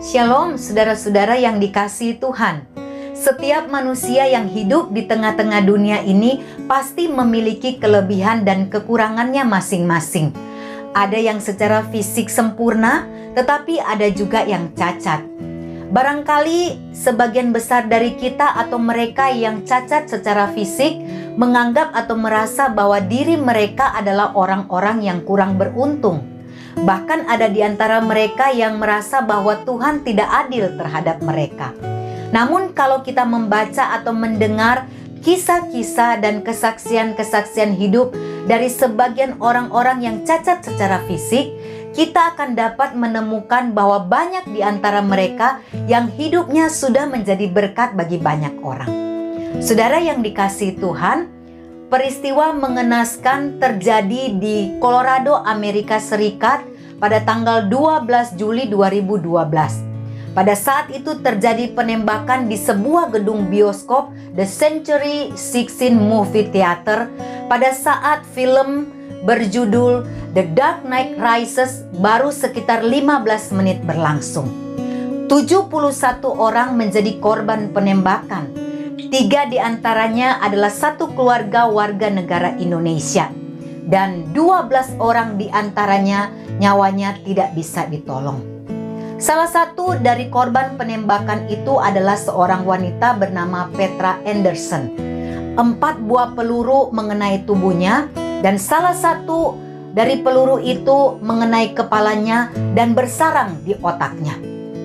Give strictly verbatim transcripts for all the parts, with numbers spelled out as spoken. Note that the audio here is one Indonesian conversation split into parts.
Shalom saudara-saudara yang dikasihi Tuhan. Setiap manusia yang hidup di tengah-tengah dunia ini pasti memiliki kelebihan dan kekurangannya masing-masing. Ada yang secara fisik sempurna, tetapi ada juga yang cacat. Barangkali sebagian besar dari kita atau mereka yang cacat secara fisik menganggap atau merasa bahwa diri mereka adalah orang-orang yang kurang beruntung. Bahkan ada di antara mereka yang merasa bahwa Tuhan tidak adil terhadap mereka. Namun kalau kita membaca atau mendengar kisah-kisah dan kesaksian-kesaksian hidup dari sebagian orang-orang yang cacat secara fisik, kita akan dapat menemukan bahwa banyak di antara mereka yang hidupnya sudah menjadi berkat bagi banyak orang. Saudara yang dikasihi Tuhan, peristiwa mengenaskan terjadi di Colorado, Amerika Serikat pada tanggal dua belas Juli dua ribu dua belas. Pada saat itu terjadi penembakan di sebuah gedung bioskop The Century sixteen Movie Theater pada saat film berjudul The Dark Knight Rises baru sekitar lima belas menit berlangsung. tujuh puluh satu orang menjadi korban penembakan. Tiga di antaranya adalah satu keluarga warga negara Indonesia. Dan dua belas orang di antaranya nyawanya tidak bisa ditolong. Salah satu dari korban penembakan itu adalah seorang wanita bernama Petra Anderson. Empat buah peluru mengenai tubuhnya dan salah satu dari peluru itu mengenai kepalanya dan bersarang di otaknya.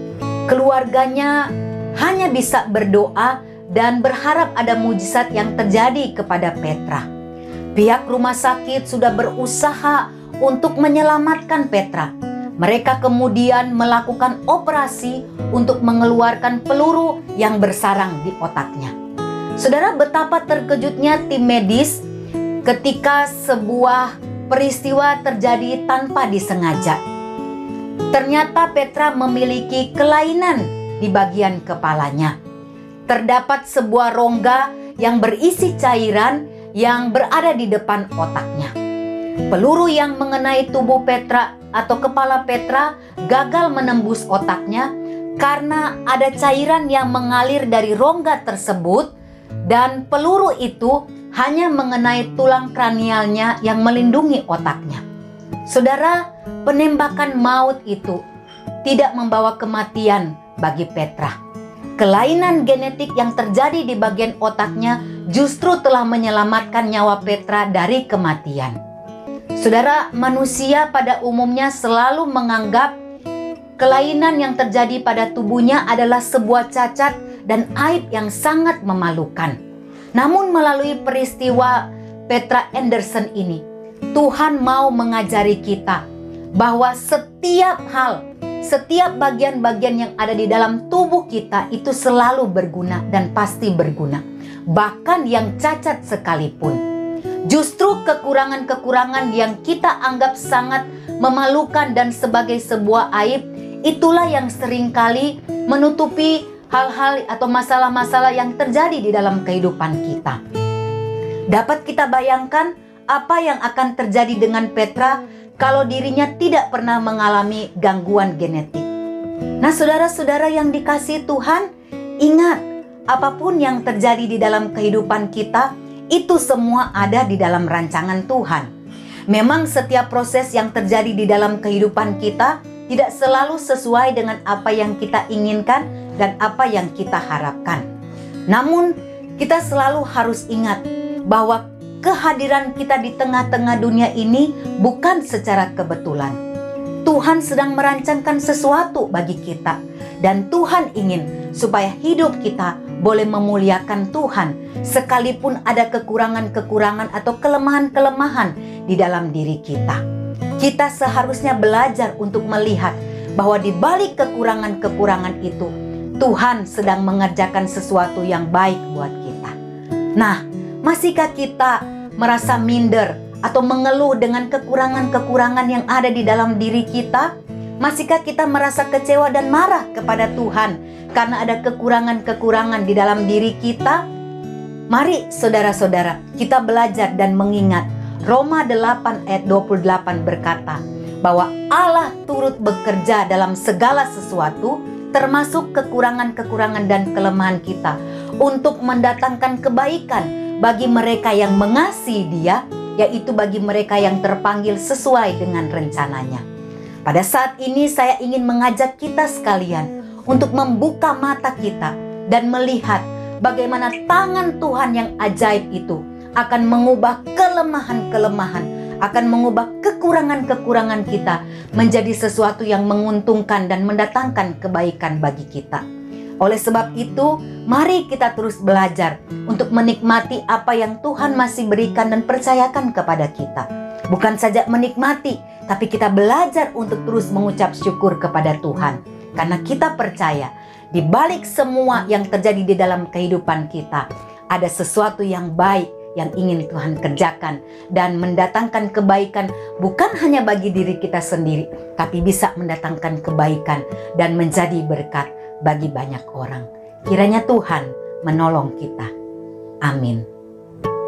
Keluarganya hanya bisa berdoa dan berharap ada mujizat yang terjadi kepada Petra. Pihak rumah sakit sudah berusaha untuk menyelamatkan Petra. Mereka kemudian melakukan operasi untuk mengeluarkan peluru yang bersarang di otaknya. Saudara, betapa terkejutnya tim medis ketika sebuah peristiwa terjadi tanpa disengaja. Ternyata Petra memiliki kelainan di bagian kepalanya. Terdapat sebuah rongga yang berisi cairan yang berada di depan otaknya. Peluru yang mengenai tubuh Petra atau kepala Petra gagal menembus otaknya karena ada cairan yang mengalir dari rongga tersebut dan peluru itu hanya mengenai tulang kranialnya yang melindungi otaknya. Saudara, penembakan maut itu tidak membawa kematian bagi Petra. Kelainan genetik yang terjadi di bagian otaknya justru telah menyelamatkan nyawa Petra dari kematian. Saudara, manusia pada umumnya selalu menganggap kelainan yang terjadi pada tubuhnya adalah sebuah cacat dan aib yang sangat memalukan. Namun melalui peristiwa Petra Anderson ini, Tuhan mau mengajari kita bahwa setiap hal, setiap bagian-bagian yang ada di dalam tubuh kita itu selalu berguna dan pasti berguna. Bahkan yang cacat sekalipun. Justru kekurangan-kekurangan yang kita anggap sangat memalukan dan sebagai sebuah aib, itulah yang seringkali menutupi hal-hal atau masalah-masalah yang terjadi di dalam kehidupan kita. Dapat kita bayangkan apa yang akan terjadi dengan Petra kalau dirinya tidak pernah mengalami gangguan genetik. Nah, saudara-saudara yang dikasihi Tuhan, ingat, apapun yang terjadi di dalam kehidupan kita, itu semua ada di dalam rancangan Tuhan. Memang setiap proses yang terjadi di dalam kehidupan kita tidak selalu sesuai dengan apa yang kita inginkan dan apa yang kita harapkan. Namun, kita selalu harus ingat bahwa kehadiran kita di tengah-tengah dunia ini bukan secara kebetulan. Tuhan sedang merancangkan sesuatu bagi kita. Dan Tuhan ingin supaya hidup kita boleh memuliakan Tuhan, sekalipun ada kekurangan-kekurangan atau kelemahan-kelemahan di dalam diri kita. Kita seharusnya belajar untuk melihat bahwa di balik kekurangan-kekurangan itu, Tuhan sedang mengerjakan sesuatu yang baik buat kita. Nah, masihkah kita merasa minder atau mengeluh dengan kekurangan-kekurangan yang ada di dalam diri kita? Masihkah kita merasa kecewa dan marah kepada Tuhan karena ada kekurangan-kekurangan di dalam diri kita? Mari saudara-saudara, kita belajar dan mengingat Roma delapan ayat dua puluh delapan berkata bahwa Allah turut bekerja dalam segala sesuatu termasuk kekurangan-kekurangan dan kelemahan kita, untuk mendatangkan kebaikan bagi mereka yang mengasihi Dia, yaitu bagi mereka yang terpanggil sesuai dengan rencananya. Pada saat ini saya ingin mengajak kita sekalian untuk membuka mata kita dan melihat bagaimana tangan Tuhan yang ajaib itu akan mengubah kelemahan-kelemahan, akan mengubah kekurangan-kekurangan kita menjadi sesuatu yang menguntungkan dan mendatangkan kebaikan bagi kita. Oleh sebab itu, mari kita terus belajar untuk menikmati apa yang Tuhan masih berikan dan percayakan kepada kita. Bukan saja menikmati, tapi kita belajar untuk terus mengucap syukur kepada Tuhan. Karena kita percaya, di balik semua yang terjadi di dalam kehidupan kita, ada sesuatu yang baik yang ingin Tuhan kerjakan dan mendatangkan kebaikan bukan hanya bagi diri kita sendiri, tapi bisa mendatangkan kebaikan dan menjadi berkat bagi banyak orang. Kiranya Tuhan menolong kita. Amin.